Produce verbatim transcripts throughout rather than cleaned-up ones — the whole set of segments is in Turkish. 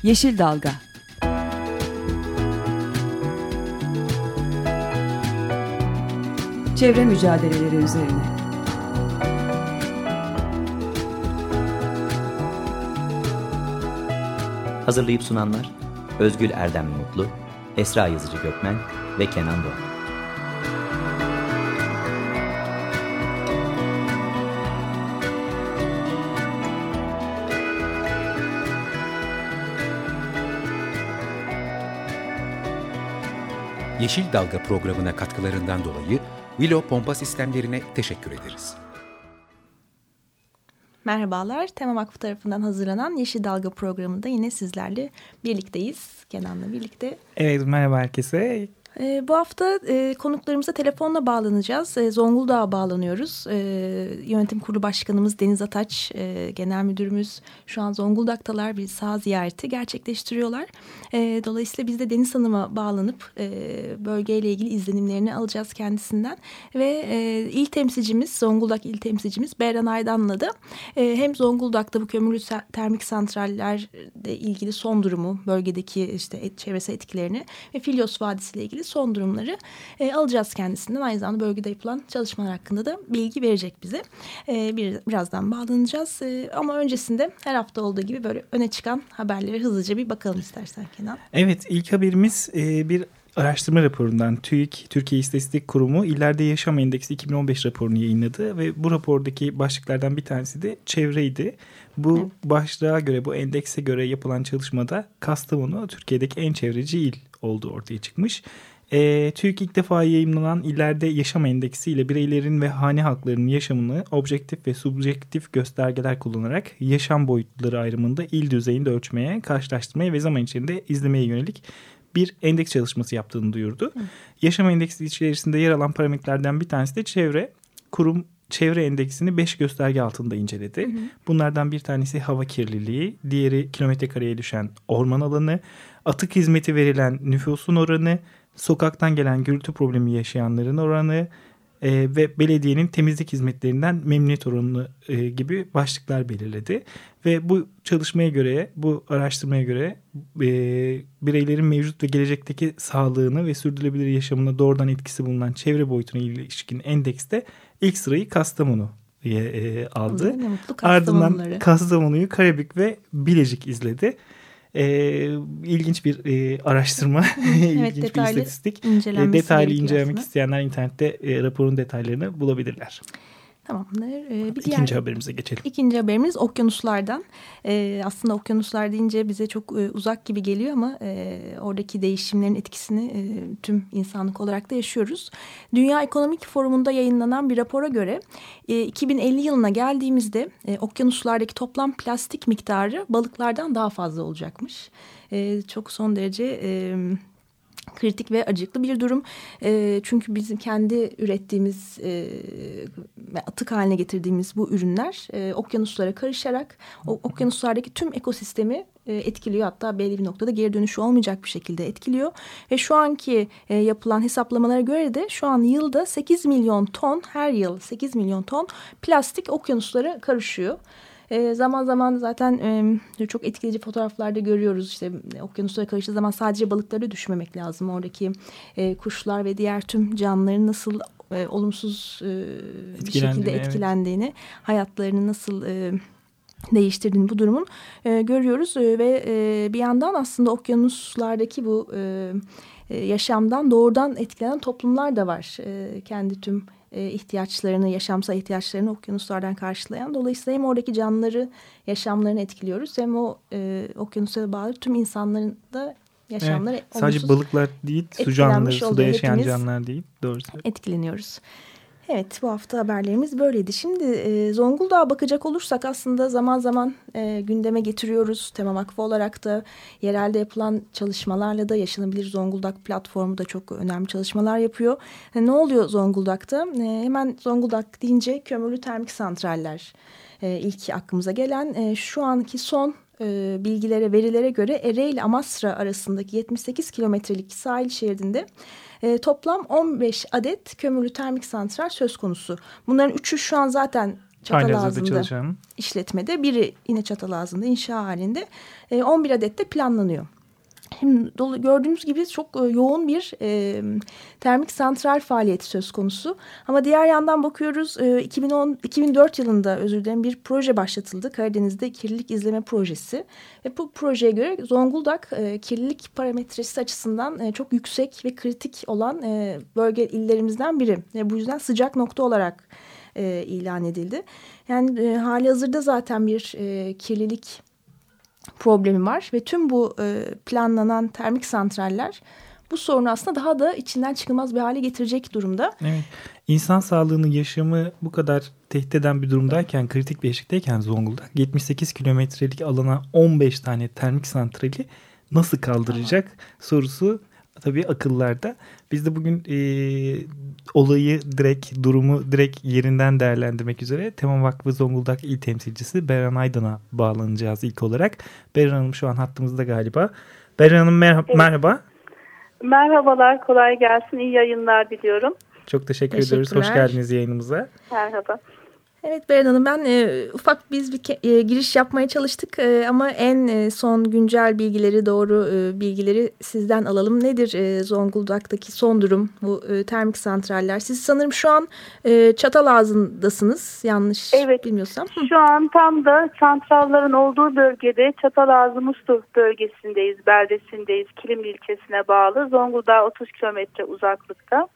Yeşil Dalga. Çevre mücadeleleri üzerine. Hazırlayıp sunanlar Özgül Erdem Mutlu, Esra Yazıcı Gökmen ve Kenan Doğan. Yeşil Dalga programına katkılarından dolayı Willow Pompa Sistemlerine teşekkür ederiz. Merhabalar, Tema Vakfı tarafından hazırlanan Yeşil Dalga programında yine sizlerle birlikteyiz. Kenan'la birlikte. Evet, merhaba herkese. E, bu hafta e, konuklarımıza telefonla bağlanacağız. E, Zonguldak'a bağlanıyoruz. E, Yönetim Kurulu Başkanımız Deniz Ataç, e, Genel Müdürümüz şu an Zonguldak'talar, bir saha ziyareti gerçekleştiriyorlar. E, dolayısıyla biz de Deniz Hanım'a bağlanıp e, bölgeyle ilgili izlenimlerini alacağız kendisinden. Ve e, il temsilcimiz, Zonguldak il temsilcimiz Beyran Aydan'la da e, hem Zonguldak'ta bu kömürlü termik santrallerle ilgili son durumu, bölgedeki işte et, çevresel etkilerini ve Filyos Vadisi ile ilgili son durumları e, alacağız kendisinden. Aynı zamanda bölgede yapılan çalışmalar hakkında da bilgi verecek bize. E, bir, birazdan bağlanacağız. E, ama öncesinde her hafta olduğu gibi böyle öne çıkan haberlere hızlıca bir bakalım istersen Kenan. Evet, ilk haberimiz e, bir araştırma raporundan. TÜİK, Türkiye İstatistik Kurumu İllerde Yaşam Endeksi iki bin on beş raporunu yayınladı ve bu rapordaki başlıklardan bir tanesi de çevreydi. Bu evet. başlığa göre, bu endekse göre yapılan çalışmada Kastamonu Türkiye'deki en çevreci il olduğu ortaya çıkmış. E, TÜİK ilk defa yayımlanan İllerde Yaşam Endeksi ile bireylerin ve hane halklarının yaşamını objektif ve subjektif göstergeler kullanarak yaşam boyutları ayrımında il düzeyinde ölçmeye, karşılaştırmaya ve zaman içinde izlemeye yönelik bir endeks çalışması yaptığını duyurdu. Hı. Yaşam endeksi içerisinde yer alan parametrelerden bir tanesi de çevre. Kurum çevre endeksini beş gösterge altında inceledi. Hı hı. Bunlardan bir tanesi hava kirliliği, diğeri kilometre kareye düşen orman alanı, atık hizmeti verilen nüfusun oranı, sokaktan gelen gürültü problemi yaşayanların oranı e, ve belediyenin temizlik hizmetlerinden memnuniyet oranı e, gibi başlıklar belirledi. Ve bu çalışmaya göre, bu araştırmaya göre e, bireylerin mevcut ve gelecekteki sağlığını ve sürdürülebilir yaşamına doğrudan etkisi bulunan çevre boyutuna ilişkin endekste ilk sırayı Kastamonu e, aldı. Ardından Kastamonu'yu Karabük ve Bilecik izledi. Ee, ilginç bir e, araştırma, evet, ilginç bir istatistik. E, detaylı incelemek aslında. isteyenler internette e, raporun detaylarını bulabilirler. Tamamdır. Ee, bir İkinci diğer, haberimize geçelim. İkinci haberimiz okyanuslardan. Ee, aslında okyanuslar deyince bize çok e, uzak gibi geliyor ama e, oradaki değişimlerin etkisini e, tüm insanlık olarak da yaşıyoruz. Dünya Ekonomik Forumu'nda yayınlanan bir rapora göre e, iki bin elli yılına geldiğimizde e, okyanuslardaki toplam plastik miktarı balıklardan daha fazla olacakmış. E, çok son derece... E, kritik ve acıklı bir durum. E, çünkü bizim kendi ürettiğimiz e, ve atık haline getirdiğimiz bu ürünler e, okyanuslara karışarak o, okyanuslardaki tüm ekosistemi e, etkiliyor. Hatta belli bir noktada geri dönüşü olmayacak bir şekilde etkiliyor. Ve şu anki e, yapılan hesaplamalara göre de şu an yılda sekiz milyon ton, her yıl sekiz milyon ton plastik okyanuslara karışıyor. E, zaman zaman zaten e, çok etkileyici fotoğraflarda görüyoruz. İşte okyanuslara karıştığı zaman sadece balıklara düşmemek lazım. Oradaki e, kuşlar ve diğer tüm canlıların nasıl e, olumsuz e, bir şekilde etkilendiğini, evet. hayatlarını nasıl e, değiştirdiğini bu durumun e, görüyoruz. E, ve e, bir yandan aslında okyanuslardaki bu e, e, yaşamdan doğrudan etkilenen toplumlar da var. E, kendi tüm ihtiyaçlarını, yaşamsal ihtiyaçlarını okyanuslardan karşılayan. Dolayısıyla hem oradaki canlıları, yaşamlarını etkiliyoruz hem o e, okyanuslara bağlı tüm insanların da yaşamları evet, sadece balıklar değil, su canlıları, suda yaşayan canlılar değil. Doğru. Etkileniyoruz. Evet, bu hafta haberlerimiz böyleydi. Şimdi e, Zonguldak'a bakacak olursak aslında zaman zaman e, gündeme getiriyoruz. Tema Vakfı olarak da yerelde yapılan çalışmalarla da Yaşanabilir Zonguldak platformu da çok önemli çalışmalar yapıyor. E, ne oluyor Zonguldak'ta? E, hemen Zonguldak deyince kömürlü termik santraller e, ilk aklımıza gelen. E, şu anki son e, bilgilere, verilere göre Ereğli Amasra arasındaki yetmiş sekiz kilometrelik sahil şeridinde E, toplam on beş adet kömürlü termik santral söz konusu. Bunların üçü şu an zaten Çatalazı'nda işletmede, biri yine Çatalazı'nda inşa halinde. E, on bir adet de planlanıyor. Şimdi gördüğünüz gibi çok yoğun bir e, termik santral faaliyeti söz konusu. Ama diğer yandan bakıyoruz e, iki bin on, iki bin dört yılında özür dilerim bir proje başlatıldı. Karadeniz'de kirlilik izleme projesi. Ve bu projeye göre Zonguldak e, kirlilik parametresi açısından e, çok yüksek ve kritik olan e, bölge illerimizden biri. E, bu yüzden sıcak nokta olarak e, ilan edildi. Yani e, hali hazırda zaten bir e, kirlilik problemi var ve tüm bu e, planlanan termik santraller bu sorunu aslında daha da içinden çıkılmaz bir hale getirecek durumda. Evet. İnsan sağlığını, yaşamı bu kadar tehdit eden bir durumdayken, kritik bir eşikteyken Zonguldak yetmiş sekiz kilometrelik alana on beş tane termik santrali nasıl kaldıracak tamam. sorusu tabii akıllarda. Biz de bugün e, olayı direkt, durumu direkt yerinden değerlendirmek üzere Tema Vakfı Zonguldak İl Temsilcisi Berhan Aydan'a bağlanacağız ilk olarak. Berhan Hanım şu an hattımızda galiba. Berhan Hanım merhaba. Evet. merhaba. Merhabalar, kolay gelsin. İyi yayınlar diliyorum. Çok teşekkür ediyoruz. Hoş geldiniz yayınımıza. Merhaba. Evet Beren Hanım, ben e, ufak biz bir ke- e, giriş yapmaya çalıştık e, ama en e, son güncel bilgileri, doğru e, bilgileri sizden alalım. Nedir e, Zonguldak'taki son durum, bu e, termik santraller? Siz sanırım şu an e, Çatalazı'ndasınız, yanlış evet, bilmiyorsam. Şu an tam da santrallerin olduğu bölgede Çatalazı-Mustur bölgesindeyiz, beldesindeyiz. Kilimli ilçesine bağlı, Zonguldak'a otuz kilometre uzaklıkta.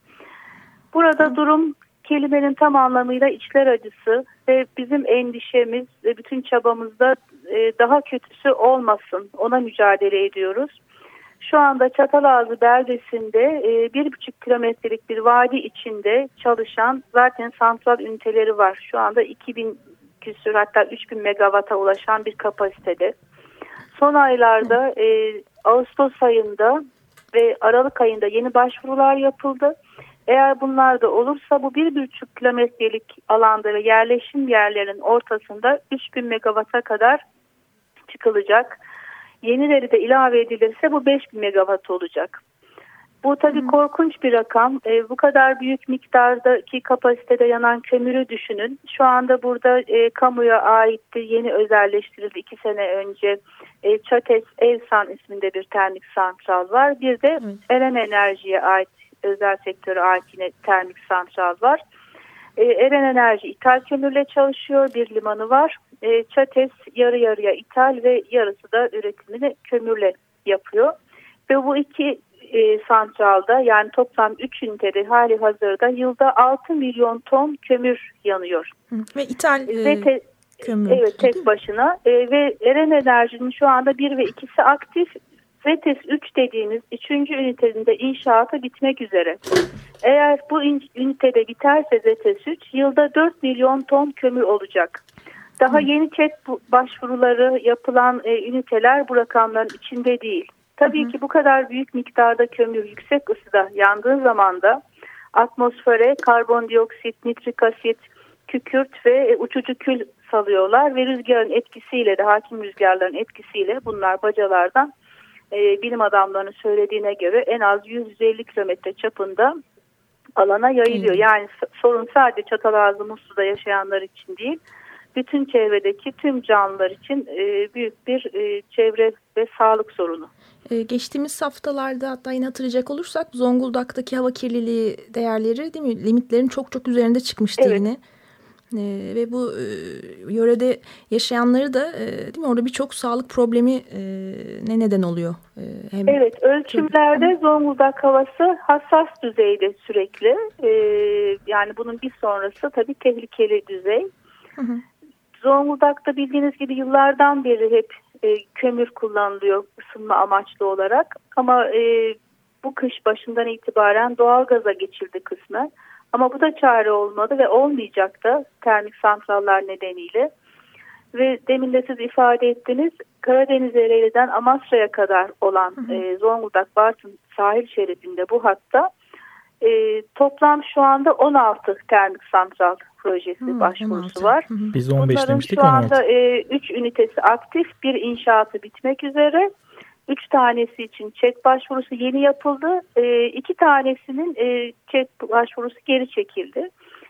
Burada Hı. durum kelimenin tam anlamıyla içler acısı ve bizim endişemiz ve bütün çabamızda e, daha kötüsü olmasın, ona mücadele ediyoruz. Şu anda Çatalazı beldesinde e, bir buçuk kilometrelik bir vadi içinde çalışan zaten santral üniteleri var. Şu anda iki bin küsur, hatta üç bin megawata ulaşan bir kapasitede. Son aylarda e, Ağustos ayında ve Aralık ayında yeni başvurular yapıldı. Eğer bunlar da olursa bu bir buçuk kilometrelik alanda ve yerleşim yerlerinin ortasında üç bin megawata kadar çıkılacak. Yenileri de ilave edilirse bu beş bin megawatt olacak. Bu tabii korkunç bir rakam. E, bu kadar büyük miktardaki kapasitede yanan kömürü düşünün. Şu anda burada e, kamuya aitti, yeni özelleştirildi iki sene önce. E, Çates Evsan isminde bir termik santral var. Bir de evet. Eren Enerji'ye ait, özel sektöre ait yine termik santral var. E, Eren Enerji ithal kömürle çalışıyor. Bir limanı var. E, Çates yarı yarıya ithal ve yarısı da üretimini kömürle yapıyor. Ve bu iki e, santralda, yani toplam üç ünitede hali hazırda yılda altı milyon ton kömür yanıyor. Hı. Ve ithal e, ve te, kömür. Evet, tek başına. E, ve Eren Enerji'nin şu anda bir ve ikisi aktif. Zetes üç dediğimiz üçüncü ünitenin de inşaatı bitmek üzere. Eğer bu ünitede biterse Zetes üç, yılda dört milyon ton kömür olacak. Daha Hı. yeni çet başvuruları yapılan e, üniteler bu rakamların içinde değil. Tabii Hı. ki bu kadar büyük miktarda kömür yüksek ısıda yandığı zaman da atmosfere karbondioksit, nitrik asit, kükürt ve e, uçucu kül salıyorlar ve rüzgarın etkisiyle de, hakim rüzgarların etkisiyle bunlar bacalardan E, bilim adamlarının söylediğine göre en az yüz yüz elli kilometre çapında alana yayılıyor. Hmm. Yani sorun sadece Çatalazı Muslu'da yaşayanlar için değil, bütün çevredeki tüm canlılar için e, büyük bir e, çevre ve sağlık sorunu. Ee, geçtiğimiz haftalarda, hatta yine hatırlayacak olursak, Zonguldak'taki hava kirliliği değerleri, değil mi, limitlerin çok çok üzerinde çıkmıştı evet. yine. Ee, ve bu e, yörede yaşayanları da e, değil mi, orada birçok sağlık problemi e, ne neden oluyor? E, hem evet, ölçümlerde çok... Zonguldak havası hassas düzeyde sürekli. E, yani bunun bir sonrası tabii tehlikeli düzey. Hı hı. Zonguldak bildiğiniz gibi yıllardan beri hep e, kömür kullanılıyor ısınma amaçlı olarak. Ama e, bu kış başından itibaren doğalgaza geçildi kısmen. Ama bu da çare olmadı ve olmayacak da termik santraller nedeniyle. Ve demin de siz ifade ettiniz, Karadeniz Ereğli'den Amasra'ya kadar olan hı hı. E, Zonguldak-Bartın sahil şeridinde bu hatta e, toplam şu anda on altı termik santral projesi hı, başvurusu on altı var. Hı hı. Biz on beş Bunların demiştik, şu anda e, üç ünitesi aktif, bir inşaatı bitmek üzere. Üç tanesi için çek başvurusu yeni yapıldı. E, iki tanesinin e, çek başvurusu geri çekildi.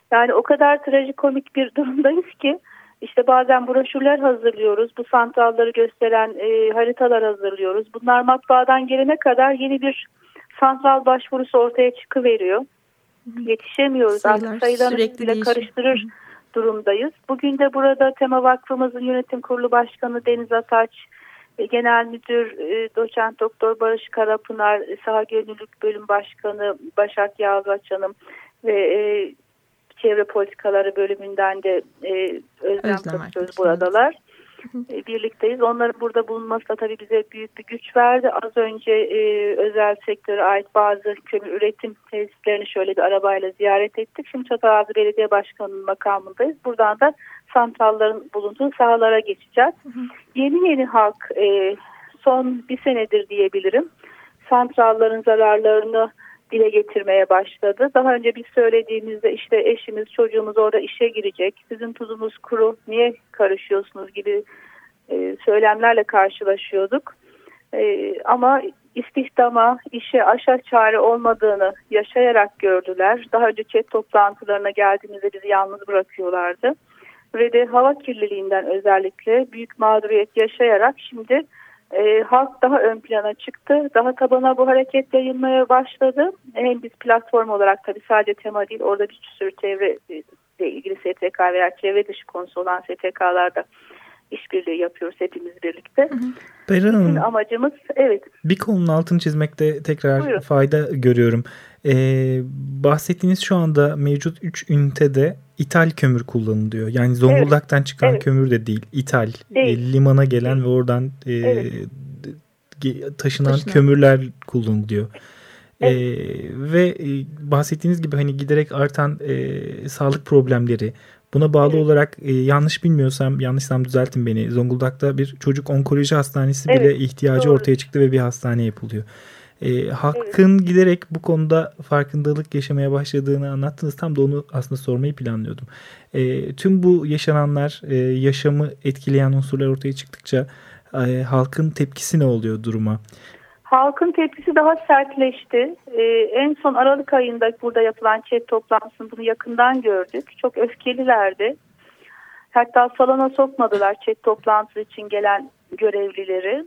Yani o kadar trajikomik bir durumdayız ki işte bazen broşürler hazırlıyoruz. Bu santralları gösteren e, haritalar hazırlıyoruz. Bunlar matbaadan gelene kadar yeni bir santral başvurusu ortaya çıkıveriyor. Yetişemiyoruz. Sayılar Artık sayılarını bile değişiyor. karıştırır durumdayız. Bugün de burada Tema Vakfımızın Yönetim Kurulu Başkanı Deniz Ataç, Genel Müdür e, Doçent Doktor Barış Karapınar, Saha Gönüllülük Bölüm Başkanı Başak Yağlaç Hanım ve e, Çevre Politikaları Bölümünden de e, Özlem Taşsöz buradalar. E, birlikteyiz. Onların burada bulunması da tabii bize büyük bir güç verdi. Az önce e, özel sektöre ait bazı kömür üretim tesislerini şöyle bir arabayla ziyaret ettik. Şimdi Çatalazı Belediye Başkanı'nın makamındayız. Buradan da santrallerin bulunduğu sahalara geçeceğiz. Hı hı. Yeni yeni halk e, son bir senedir diyebilirim santrallerin zararlarını dile getirmeye başladı. Daha önce biz söylediğimizde işte eşimiz, çocuğumuz orada işe girecek, sizin tuzunuz kuru, niye karışıyorsunuz gibi e, söylemlerle karşılaşıyorduk. E, ama istihdama, işe aşağı çare olmadığını yaşayarak gördüler. Daha önce chat toplantılarına geldiğimizde bizi yalnız bırakıyorlardı. Ve de hava kirliliğinden özellikle büyük mağduriyet yaşayarak şimdi E, halk daha ön plana çıktı. Daha tabana bu hareket yayılmaya başladı. Hem biz platform olarak tabii sadece tema değil, orada bir sürü çevre ile ilgili S T K veya çevre dışı konusu olan S T K'larda işbirliği yapıyoruz hepimiz birlikte. Beren Hanım, bizim amacımız evet. Bir konunun altını çizmekte tekrar Buyurun. fayda görüyorum. Ee, bahsettiğiniz şu anda mevcut üç ünitede ithal kömür kullanılıyor. Yani Zonguldak'tan evet. çıkan evet. kömür de değil, ithal. Değil. E, limana gelen değil. ve oradan e, evet. taşınan Taşınan. kömürler kullanılıyor. Evet. E, ve e, bahsettiğiniz gibi hani giderek artan e, sağlık problemleri, buna bağlı evet. olarak e, yanlış bilmiyorsam, yanlışsam düzeltin beni. Zonguldak'ta bir çocuk onkoloji hastanesi evet. bile ihtiyacı Doğru. ortaya çıktı ve bir hastane yapılıyor. E, halkın evet. giderek bu konuda farkındalık yaşamaya başladığını anlattınız. Tam da onu aslında sormayı planlıyordum. E, tüm bu yaşananlar, e, yaşamı etkileyen unsurlar ortaya çıktıkça e, halkın tepkisi ne oluyor duruma? Halkın tepkisi daha sertleşti. Ee, en son Aralık ayında burada yapılan chat toplantısını bunu yakından gördük. Çok öfkelilerdi. Hatta salona sokmadılar chat toplantısı için gelen görevlileri.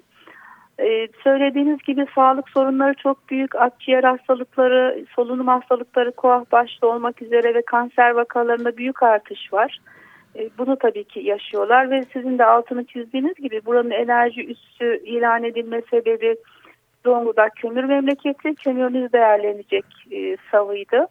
Ee, söylediğiniz gibi sağlık sorunları çok büyük. Akciğer hastalıkları, solunum hastalıkları, koah başta olmak üzere ve kanser vakalarında büyük artış var. Ee, bunu tabii ki yaşıyorlar ve sizin de altını çizdiğiniz gibi buranın enerji üssü ilan edilme sebebi Zonguldak kömür memleketi, kömürünüz değerlenecek e, savıydı.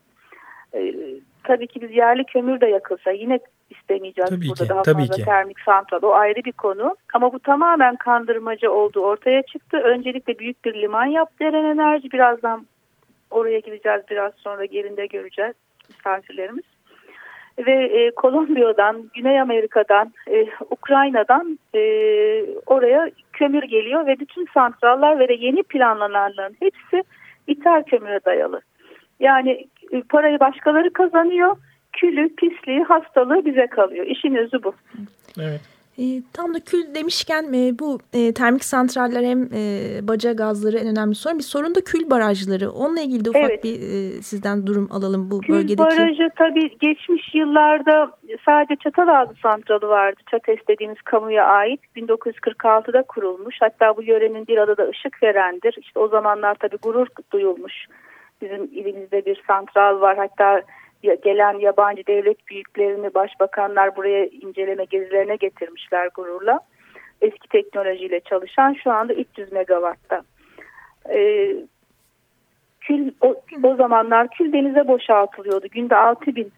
E, tabii ki biz yerli kömür de yakılsa yine istemeyeceğiz tabii burada ki, daha tabii fazla ki. termik santral. O ayrı bir konu. Ama bu tamamen kandırmacı olduğu ortaya çıktı. Öncelikle büyük bir liman yaptı Eren Enerji. Birazdan oraya gideceğiz. Biraz sonra yerinde göreceğiz misafirlerimiz. Ve e, Kolombiya'dan, Güney Amerika'dan, e, Ukrayna'dan e, oraya kömür geliyor ve bütün santrallar ve de yeni planlananların hepsi ithal kömüre dayalı. Yani e, parayı başkaları kazanıyor, külü, pisliği, hastalığı bize kalıyor. İşin özü bu. Evet. E, tam da kül demişken e, bu e, termik santraller hem e, baca gazları en önemli sorun. Bir sorun da kül barajları. Onunla ilgili de ufak evet. bir e, sizden durum alalım bu kül bölgedeki. Kül barajı tabii geçmiş yıllarda sadece Çatalazı santralı vardı. Çates dediğimiz kamuya ait. bin dokuz yüz kırk altıda kurulmuş. Hatta bu yörenin bir adı da ışık verendir. İşte o zamanlar tabii gurur duyulmuş. Bizim ilimizde bir santral var. Hatta gelen yabancı devlet büyüklerini başbakanlar buraya inceleme gezilerine getirmişler gururla. Eski teknolojiyle çalışan şu anda üç yüz megawatta. Ee, kül, o, o zamanlar kül denize boşaltılıyordu. Günde altı bin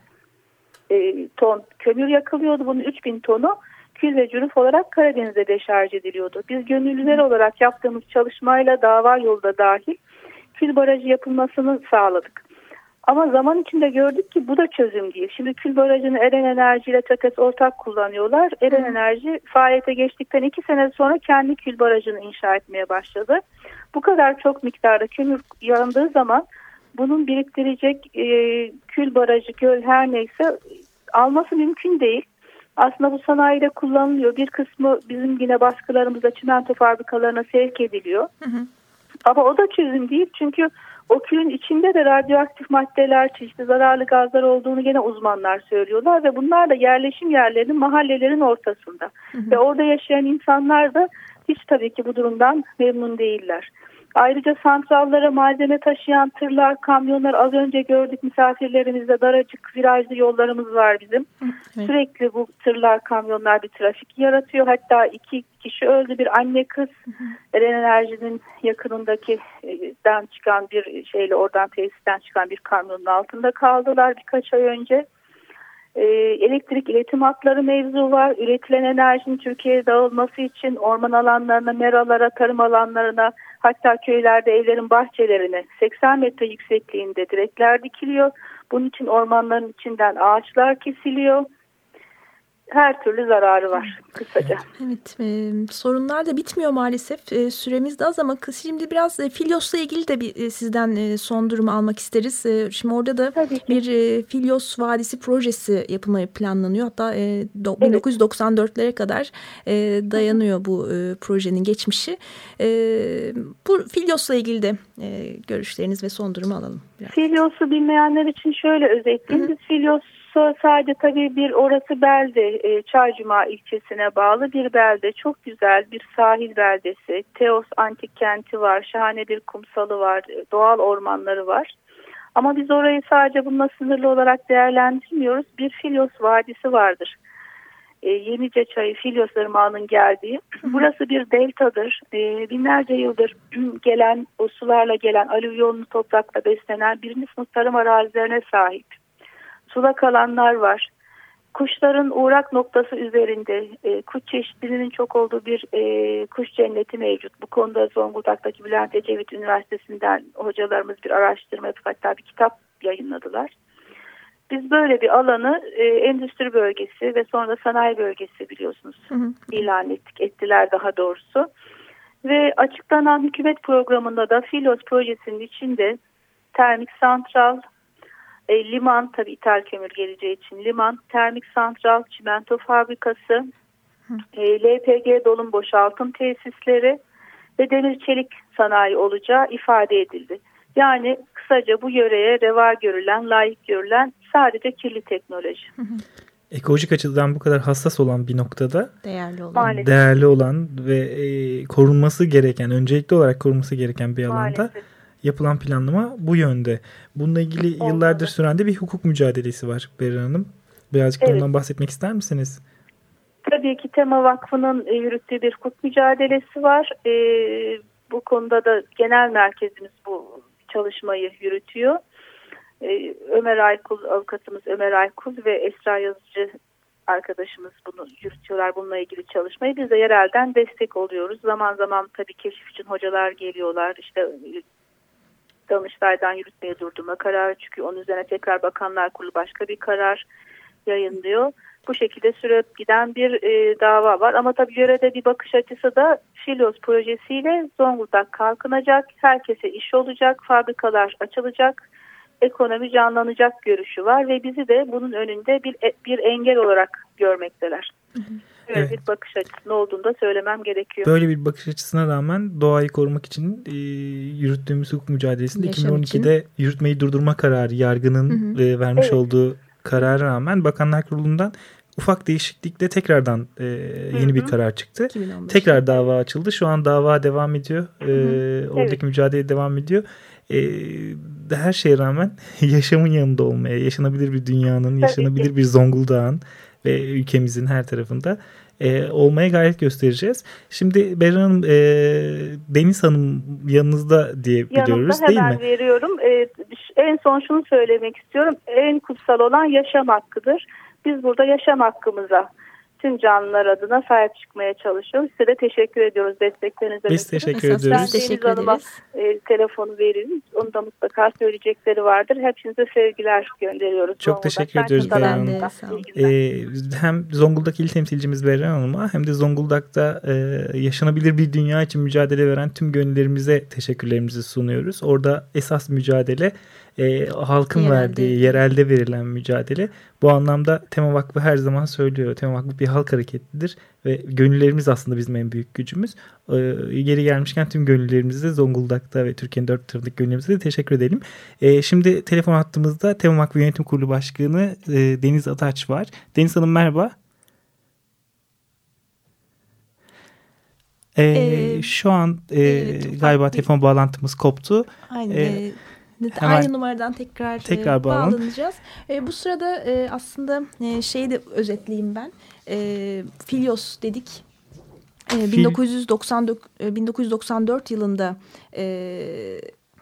e, ton kömür yakılıyordu. Bunun üç bin tonu kül ve cüruf olarak Karadeniz'de deşarj ediliyordu. Biz gönüllüler olarak yaptığımız çalışmayla dava yolu da dahil kül barajı yapılmasını sağladık. Ama zaman içinde gördük ki bu da çözüm değil. Şimdi kül barajını Eren Enerji ile Çates ortak kullanıyorlar. Eren Enerji faaliyete geçtikten iki sene sonra kendi kül barajını inşa etmeye başladı. Bu kadar çok miktarda kömür yandığı zaman bunun biriktirecek e, kül barajı, göl her neyse alması mümkün değil. Aslında bu sanayide kullanılıyor. Bir kısmı bizim yine baskılarımızda çimento fabrikalarına sevk ediliyor. Hı hı. Ama o da çözüm değil çünkü O köyün içinde de radyoaktif maddeler, çeşitli zararlı gazlar olduğunu gene uzmanlar söylüyorlar ve bunlar da yerleşim yerlerinin, mahallelerin ortasında. Hı hı. Ve orada yaşayan insanlar da hiç tabii ki bu durumdan memnun değiller. Ayrıca santrallara malzeme taşıyan tırlar, kamyonlar, az önce gördük misafirlerimizde daracık virajlı yollarımız var bizim. Evet. Sürekli bu tırlar, kamyonlar bir trafik yaratıyor. Hatta iki kişi öldü, bir anne kız. Eren Enerji'nin yakınındaki'den çıkan bir şeyle, oradan tesisten çıkan bir kamyonun altında kaldılar birkaç ay önce. Ee, elektrik iletim hatları mevzu var. Üretilen enerjinin Türkiye'ye dağılması için orman alanlarına, meralara, tarım alanlarına, hatta köylerde evlerin bahçelerine seksen metre yüksekliğinde direkler dikiliyor. Bunun için ormanların içinden ağaçlar kesiliyor. Her türlü zararı var kısaca. Evet, e, sorunlar da bitmiyor maalesef. E, süremiz de az ama şimdi biraz e, Filyos'la ilgili de bir e, sizden e, son durumu almak isteriz. E, şimdi orada da bir e, Filyos Vadisi projesi yapılmayı planlanıyor. Hatta e, do, evet. bin dokuz yüz doksan dörtlere kadar e, dayanıyor bu e, projenin geçmişi. E, bu Filyos'la ilgili de e, görüşleriniz ve son durumu alalım. Biraz. Filyos'u bilmeyenler için şöyle özetleyeyim. Biz Filyos sadece tabii bir orası belde, e, Çaycuma ilçesine bağlı bir belde. Çok güzel bir sahil beldesi. Teos antik kenti var, şahane bir kumsalı var, doğal ormanları var. Ama biz orayı sadece bununla sınırlı olarak değerlendirmiyoruz. Bir Filyos Vadisi vardır. E, Yenice Çayı, Filyos Irmağı'nın geldiği. Burası bir deltadır. E, binlerce yıldır gelen, o sularla gelen alüvyonlu toprakla beslenen birinci sınıf tarım arazilerine sahip. Sulak alanlar var. Kuşların uğrak noktası üzerinde e, kuş çeşitliliğinin çok olduğu bir e, kuş cenneti mevcut. Bu konuda Zonguldak'taki Bülent Ecevit Üniversitesi'nden hocalarımız bir araştırma yapıp hatta bir kitap yayınladılar. Biz böyle bir alanı e, endüstri bölgesi ve sonra sanayi bölgesi biliyorsunuz hı hı. ilan ettik, ettiler daha doğrusu. Ve açıklanan hükümet programında da Filyos projesinin içinde termik santral, E, liman, tabii ithal kömür geleceği için liman, termik santral, çimento fabrikası, e, L P G dolum boşaltım tesisleri ve demir çelik sanayi olacağı ifade edildi. Yani kısaca bu yöreye reva görülen, layık görülen sadece kirli teknoloji. Ekolojik açıdan bu kadar hassas olan bir noktada değerli olan, Maalesef. değerli olan ve e, korunması gereken, öncelikli olarak korunması gereken bir alanda Maalesef. yapılan planlama bu yönde. Bununla ilgili Olmadı. yıllardır süren de bir hukuk mücadelesi var Berra Hanım. Birazcık evet. ondan bahsetmek ister misiniz? Tabii ki Tema Vakfı'nın yürüttüğü bir hukuk mücadelesi var. Ee, bu konuda da genel merkezimiz bu çalışmayı yürütüyor. Ee, Ömer Aykul, avukatımız Ömer Aykul ve Esra Yazıcı arkadaşımız bunu yürütüyorlar, bununla ilgili çalışmayı. Biz de yerelden destek oluyoruz. Zaman zaman tabii keşif için hocalar geliyorlar. İşte Danıştay'dan yürütmeye durdurma kararı çıkıyor. Onun üzerine tekrar Bakanlar Kurulu başka bir karar yayınlıyor. Bu şekilde sürüp giden bir e, dava var. Ama tabii yörede bir bakış açısı da Filyos projesiyle Zonguldak kalkınacak, herkese iş olacak, fabrikalar açılacak, ekonomi canlanacak görüşü var ve bizi de bunun önünde bir bir engel olarak görmekteler. Hı hı. Böyle evet. bir bakış açısının olduğunu da söylemem gerekiyor. Böyle bir bakış açısına rağmen doğayı korumak için e, yürüttüğümüz hukuk mücadelesinde Yaşam iki bin on ikide için. yürütmeyi durdurma kararı, yargının hı hı. E, vermiş evet. olduğu karara rağmen Bakanlar Kurulu'ndan ufak değişiklikle tekrardan e, yeni hı hı. bir karar çıktı. Tekrar dava açıldı. Şu an dava devam ediyor. E, oradaki evet. mücadele devam ediyor. E, her şeye rağmen yaşamın yanında olmaya, yaşanabilir bir dünyanın, Tabii yaşanabilir ki. bir Zonguldak'ın ve ülkemizin her tarafında e, olmaya gayret göstereceğiz. Şimdi Berra Hanım, e, Deniz Hanım yanınızda diye biliyoruz Yanımda değil mi? Hemen veriyorum. E, en son şunu söylemek istiyorum. En kutsal olan yaşam hakkıdır. Biz burada yaşam hakkımıza tüm canlılar adına sahip çıkmaya çalışıyoruz. Size de teşekkür ediyoruz desteklerinize. Biz teşekkür ediyoruz. Ben Deniz Hanım'a e, telefonu veririm. Onu da mutlaka söyleyecekleri vardır. Hepinize sevgiler gönderiyoruz. Çok teşekkür ediyoruz Berra Hanım. Ee, hem Zonguldak İl Temsilcimiz Berra Hanım'a hem de Zonguldak'ta e, yaşanabilir bir dünya için mücadele veren tüm gönüllerimize teşekkürlerimizi sunuyoruz. Orada esas mücadele e, halkın Yerelde. verdiği, yerelde verilen mücadele. Bu anlamda Tema Vakfı her zaman söylüyor. Tema Vakfı bir halk hareketidir ve gönüllerimiz aslında bizim en büyük gücümüz. E, geri gelmişken tüm gönüllerimize Zonguldak'ta ve Türkiye'nin dört tarafındaki gönüllerimize de teşekkür edelim. E, şimdi telefon hattımızda Tema Vakfı Yönetim Kurulu Başkanı e, Deniz Ataç var. Deniz Hanım merhaba. Ee, ee, şu an e, evet, galiba telefon bağlantımız koptu. Aynen. Ee, Aynı numaradan tekrar, tekrar e, bağlanacağız. E, bu sırada e, aslında e, şeyi de özetleyeyim ben. E, Filyos dedik. E, bin dokuz yüz doksan dört yılında e,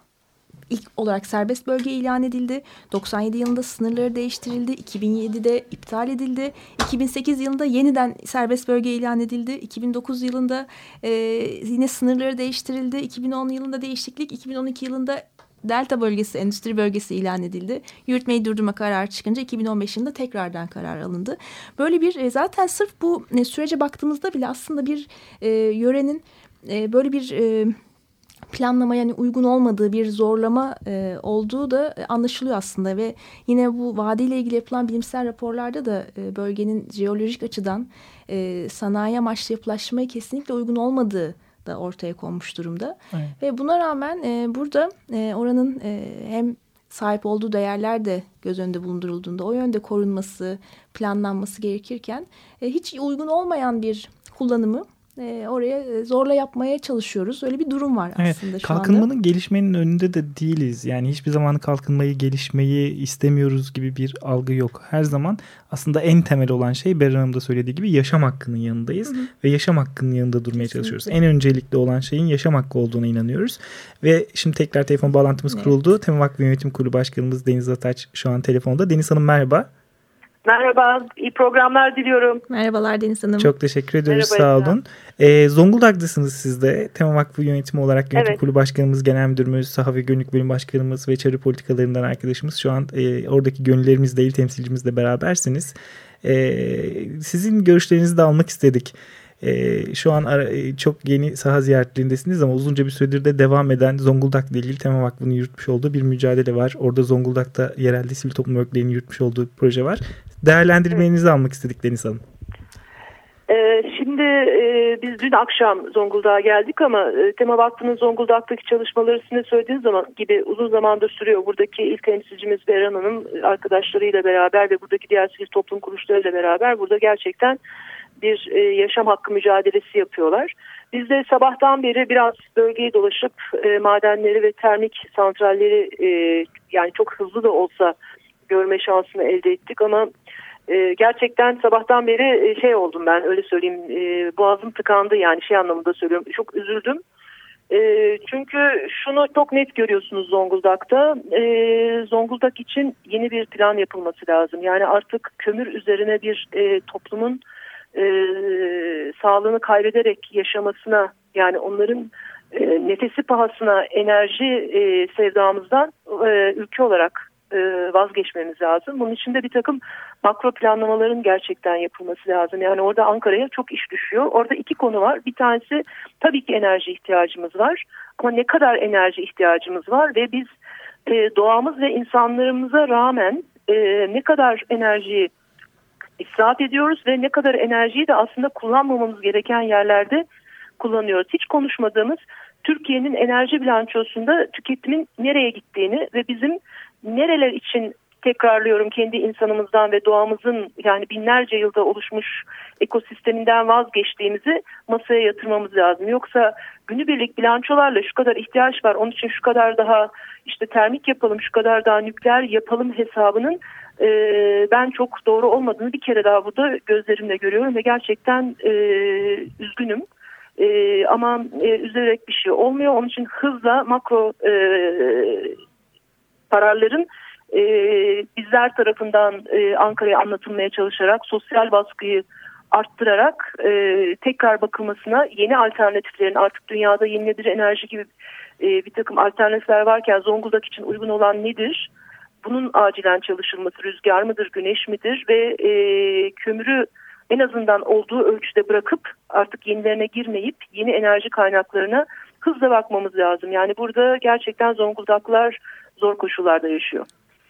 ilk olarak serbest bölge ilan edildi. doksan yedi yılında sınırları değiştirildi. iki bin yedide iptal edildi. iki bin sekiz yılında yeniden serbest bölge ilan edildi. iki bin dokuz yılında e, yine sınırları değiştirildi. iki bin on yılında değişiklik. iki bin on iki yılında Delta bölgesi, endüstri bölgesi ilan edildi. Yürütmeyi durdurma kararı çıkınca iki bin on beş yılında tekrardan karar alındı. Böyle bir zaten sırf bu sürece baktığımızda bile aslında bir e, yörenin e, böyle bir e, planlamaya yani uygun olmadığı bir zorlama e, olduğu da anlaşılıyor aslında ve yine bu vadiyle ilgili yapılan bilimsel raporlarda da e, bölgenin jeolojik açıdan e, sanayi amaçlı yapılaşmaya kesinlikle uygun olmadığı da ortaya konmuş durumda. Evet. Ve buna rağmen e, burada e, oranın e, hem sahip olduğu değerler de göz önünde bulundurulduğunda o yönde korunması, planlanması gerekirken e, hiç uygun olmayan bir kullanımı e, oraya zorla yapmaya çalışıyoruz. Öyle bir durum var evet, aslında şu kalkınmanın anda. Gelişmenin önünde de değiliz. Yani hiçbir zaman kalkınmayı, gelişmeyi istemiyoruz gibi bir algı yok. Her zaman aslında en temel olan şey Berra Hanım da söylediği gibi yaşam hakkının yanındayız. Hı hı. Ve yaşam hakkının yanında durmaya Kesinlikle. çalışıyoruz. En öncelikli olan şeyin yaşam hakkı olduğuna inanıyoruz. Ve şimdi tekrar telefon bağlantımız evet. kuruldu. Tema Vakfı Yönetim Kurulu Başkanımız Deniz Ataç şu an telefonda. Deniz Hanım merhaba. Merhaba, iyi programlar diliyorum. Merhabalar Deniz Hanım. Çok teşekkür ediyoruz, Merhaba, sağ olun. Ee, Zonguldak'dasınız siz de. Tema Vakfı Yönetimi olarak Yönetim evet. Kurulu Başkanımız, Genel Müdürümüz, Saha ve Gönüllülük Bölüm Başkanımız ve Çevre Politikalarından arkadaşımız şu an e, oradaki gönüllerimizle, il temsilcimizle berabersiniz. E, sizin görüşlerinizi de almak istedik. Ee, şu an ara, çok yeni saha ziyaretlerindesiniz ama uzunca bir süredir de devam eden Zonguldak'la ilgili Tema Vakfı'nın yürütmüş olduğu bir mücadele var. Orada Zonguldak'ta yerelde sivil toplum örgütlerinin yürütmüş olduğu bir proje var. Değerlendirmenizi evet. almak istedik Deniz Hanım. Ee, şimdi e, biz dün akşam Zonguldak'a geldik ama e, Tema Vakfı'nın Zonguldak'taki çalışmaları sizin söylediğiniz zaman gibi uzun zamandır sürüyor. Buradaki il temsilcimiz Berhan Hanım arkadaşlarıyla beraber ve buradaki diğer sivil toplum kuruluşlarıyla beraber burada gerçekten bir e, yaşam hakkı mücadelesi yapıyorlar. Biz de sabahtan beri biraz bölgeyi dolaşıp e, madenleri ve termik santralleri e, yani çok hızlı da olsa görme şansını elde ettik ama e, gerçekten sabahtan beri e, şey oldum ben öyle söyleyeyim e, boğazım tıkandı yani şey anlamında söylüyorum çok üzüldüm. E, çünkü şunu çok net görüyorsunuz Zonguldak'ta e, Zonguldak için yeni bir plan yapılması lazım. Yani artık kömür üzerine bir e, toplumun E, sağlığını kaybederek yaşamasına yani onların e, nefesi pahasına enerji e, sevdamızdan e, ülke olarak e, vazgeçmemiz lazım. Bunun için de bir takım makro planlamaların gerçekten yapılması lazım. Yani orada Ankara'ya çok iş düşüyor. Orada iki konu var. Bir tanesi tabii ki enerji ihtiyacımız var. Ama ne kadar enerji ihtiyacımız var ve biz e, doğamız ve insanlarımıza rağmen e, ne kadar enerjiyi israf ediyoruz ve ne kadar enerjiyi de aslında kullanmamamız gereken yerlerde kullanıyoruz. Hiç konuşmadığımız Türkiye'nin enerji bilançosunda tüketimin nereye gittiğini ve bizim nereler için tekrarlıyorum kendi insanımızdan ve doğamızın yani binlerce yılda oluşmuş ekosisteminden vazgeçtiğimizi masaya yatırmamız lazım. Yoksa günübirlik bilançolarla şu kadar ihtiyaç var onun için şu kadar daha işte termik yapalım şu kadar daha nükleer yapalım hesabının Ee, ben çok doğru olmadığını bir kere daha burada gözlerimle görüyorum ve gerçekten e, üzgünüm e, ama e, üzülerek bir şey olmuyor. Onun için hızla makro e, kararların e, bizler tarafından e, Ankara'ya anlatılmaya çalışarak sosyal baskıyı arttırarak e, tekrar bakılmasına yeni alternatiflerin artık dünyada yenilenebilir enerji gibi e, bir takım alternatifler varken Zonguldak için uygun olan nedir? Bunun acilen çalışılması rüzgar mıdır, güneş midir ve e, kömürü en azından olduğu ölçüde bırakıp artık yenilerine girmeyip yeni enerji kaynaklarına hızla bakmamız lazım. Yani burada gerçekten Zonguldaklılar zor koşullarda yaşıyor.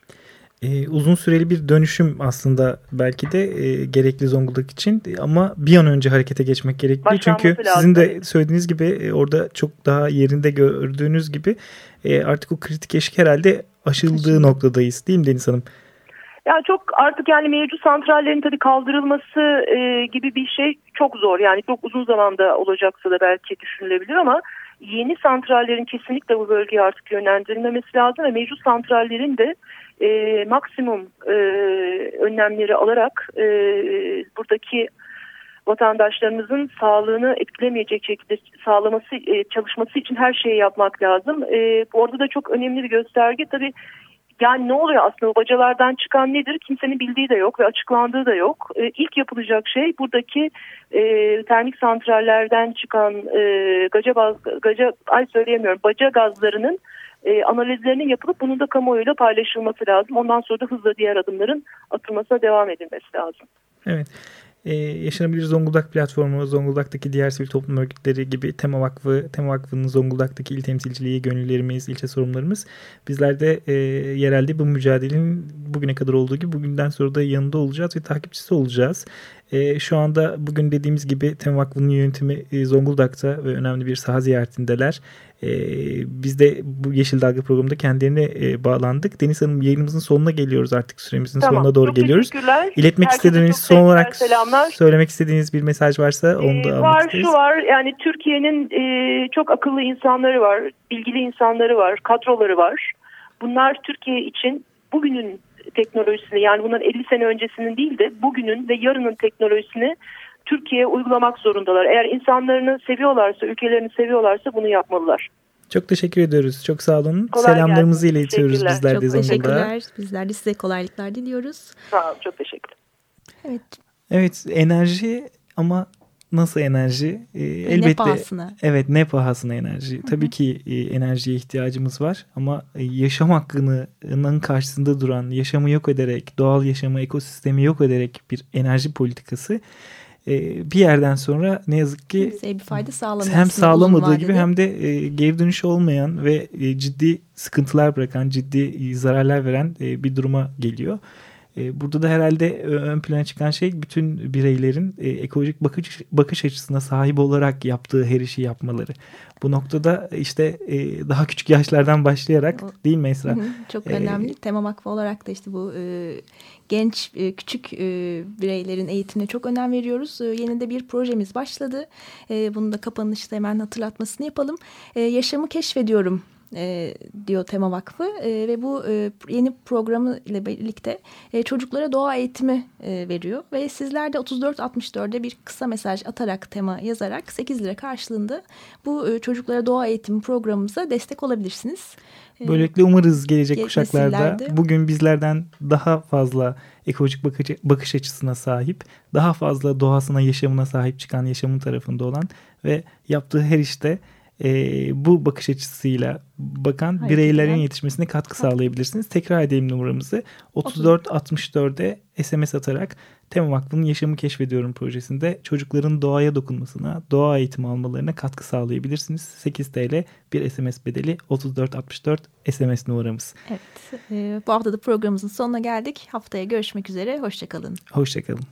Ee, uzun süreli bir dönüşüm aslında belki de e, gerekli Zonguldak için ama bir an önce harekete geçmek gerekli. Başlanması Çünkü lazım. sizin de söylediğiniz gibi e, orada çok daha yerinde gördüğünüz gibi e, artık o kritik eşik herhalde aşıldığı Aşıldı. noktadayız değil mi Deniz Hanım? Yani çok artık yani mevcut santrallerin tabii kaldırılması e, gibi bir şey çok zor. Yani çok uzun zamanda olacaksa da belki düşünülebilir ama yeni santrallerin kesinlikle bu bölgeye artık yönlendirilmemesi lazım ve mevcut santrallerin de e, maksimum e, önlemleri alarak e, buradaki vatandaşlarımızın sağlığını etkilemeyecek şekilde sağlaması, e, çalışması için her şeyi yapmak lazım. E, orada da çok önemli bir gösterge tabii. Yani ne oluyor aslında o bacalardan çıkan nedir? Kimsenin bildiği de yok ve açıklandığı da yok. E, ilk yapılacak şey buradaki e, termik santrallerden çıkan e, gaca, baz, gaca ay söyleyemiyorum baca gazlarının e, analizlerinin yapılıp bunun da kamuoyuyla paylaşılması lazım. Ondan sonra da hızla diğer adımların atılmasına devam edilmesi lazım. Evet. Ee, Yaşanabilir Zonguldak platformu, Zonguldak'taki diğer sivil toplum örgütleri gibi Tema Vakfı, Tema Vakfı'nın Zonguldak'taki il temsilciliği, gönüllerimiz, ilçe sorumlularımız bizler de e, yerelde bu mücadelenin bugüne kadar olduğu gibi bugünden sonra da yanında olacağız ve takipçisi olacağız. E, şu anda bugün dediğimiz gibi Tema Vakfı'nın yönetimi e, Zonguldak'ta ve önemli bir saha ziyaretindeler. E, biz de bu Yeşil Dalga programında kendilerine e, bağlandık. Deniz Hanım, yayınımızın sonuna geliyoruz artık, süremizin tamam, sonuna doğru geliyoruz. İletmek Herkese istediğiniz son olarak selamlar. Söylemek istediğiniz bir mesaj varsa onu da ee, almak var, isteriz. Şu var yani Türkiye'nin e, çok akıllı insanları var, bilgili insanları var, kadroları var. Bunlar Türkiye için bugünün teknolojisini, yani bundan elli sene öncesinin değil de bugünün ve yarının teknolojisini Türkiye'ye uygulamak zorundalar. Eğer insanlarını seviyorlarsa, ülkelerini seviyorlarsa bunu yapmalılar. Çok teşekkür ediyoruz. Çok sağ olun. Kolay Selamlarımızı gelsin. iletiyoruz bizler de Zonguldak'a. Çok teşekkürler. Bizler de size kolaylıklar diliyoruz. Sağ olun. Çok teşekkür Evet. Evet, enerji ama nasıl enerji? Ee, elbette. Ne pahasına? Evet, ne pahasına enerji. Hı-hı. Tabii ki e, enerjiye ihtiyacımız var ama e, yaşam hakkının karşısında duran, yaşamı yok ederek, doğal yaşamı, ekosistemi yok ederek bir enerji politikası e, bir yerden sonra ne yazık ki kimseye bir fayda sağlamıyor. Hem sağlamadığı gibi hem de e, geri dönüşü olmayan ve e, ciddi sıkıntılar bırakan, ciddi e, zararlar veren e, bir duruma geliyor. Burada da herhalde ön plana çıkan şey bütün bireylerin ekolojik bakış, bakış açısına sahip olarak yaptığı her işi yapmaları. Bu noktada işte daha küçük yaşlardan başlayarak değil mi Esra? Çok ee, önemli. Tema Vakfı olarak da işte bu e, genç e, küçük e, bireylerin eğitimine çok önem veriyoruz. E, yeni de bir projemiz başladı. E, bunu da kapanışta hemen hatırlatmasını yapalım. E, yaşamı keşfediyorum E, diyor Tema Vakfı e, ve bu e, yeni programı ile birlikte e, çocuklara doğa eğitimi e, veriyor ve sizler de otuz dört altmış dörde bir kısa mesaj atarak, tema yazarak sekiz lira karşılığında bu e, çocuklara doğa eğitimi programımıza destek olabilirsiniz. E, Böylelikle umarız gelecek ge- kuşaklarda nesillerde bugün bizlerden daha fazla ekolojik bakış, bakış açısına sahip, daha fazla doğasına, yaşamına sahip çıkan, yaşamın tarafında olan ve yaptığı her işte E, bu bakış açısıyla bakan Hayır, bireylerin yani yetişmesine katkı sağlayabilirsiniz. Tekrar edelim numaramızı. otuz dört altmış dörde S M S atarak Tema Vakfı'nın Yaşamı Keşfediyorum projesinde çocukların doğaya dokunmasına, doğa eğitimi almalarına katkı sağlayabilirsiniz. sekiz TL bir S M S bedeli, otuz dört altmış dört S M S numaramız. Evet, e, bu hafta da programımızın sonuna geldik. Haftaya görüşmek üzere. Hoşçakalın. Hoşçakalın.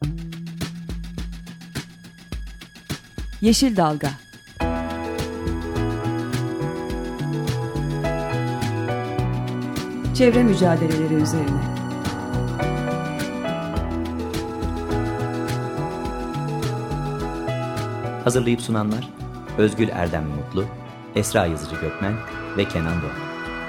Yeşil Dalga. Çevre mücadeleleri üzerine. Hazırlayıp sunanlar Özgül Erdem Mutlu, Esra Yazıcı Gökmen ve Kenan Doğan.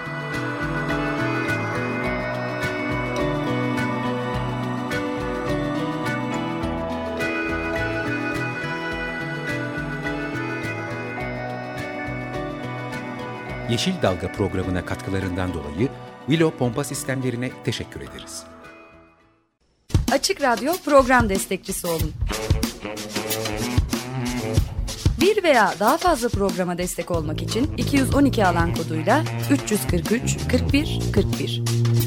Yeşil Dalga programına katkılarından dolayı Willow Pompa Sistemlerine teşekkür ederiz. Açık Radyo program destekçisi olun. Bir veya daha fazla programa destek olmak için iki yüz on iki alan koduyla üç yüz kırk üç kırk bir kırk bir.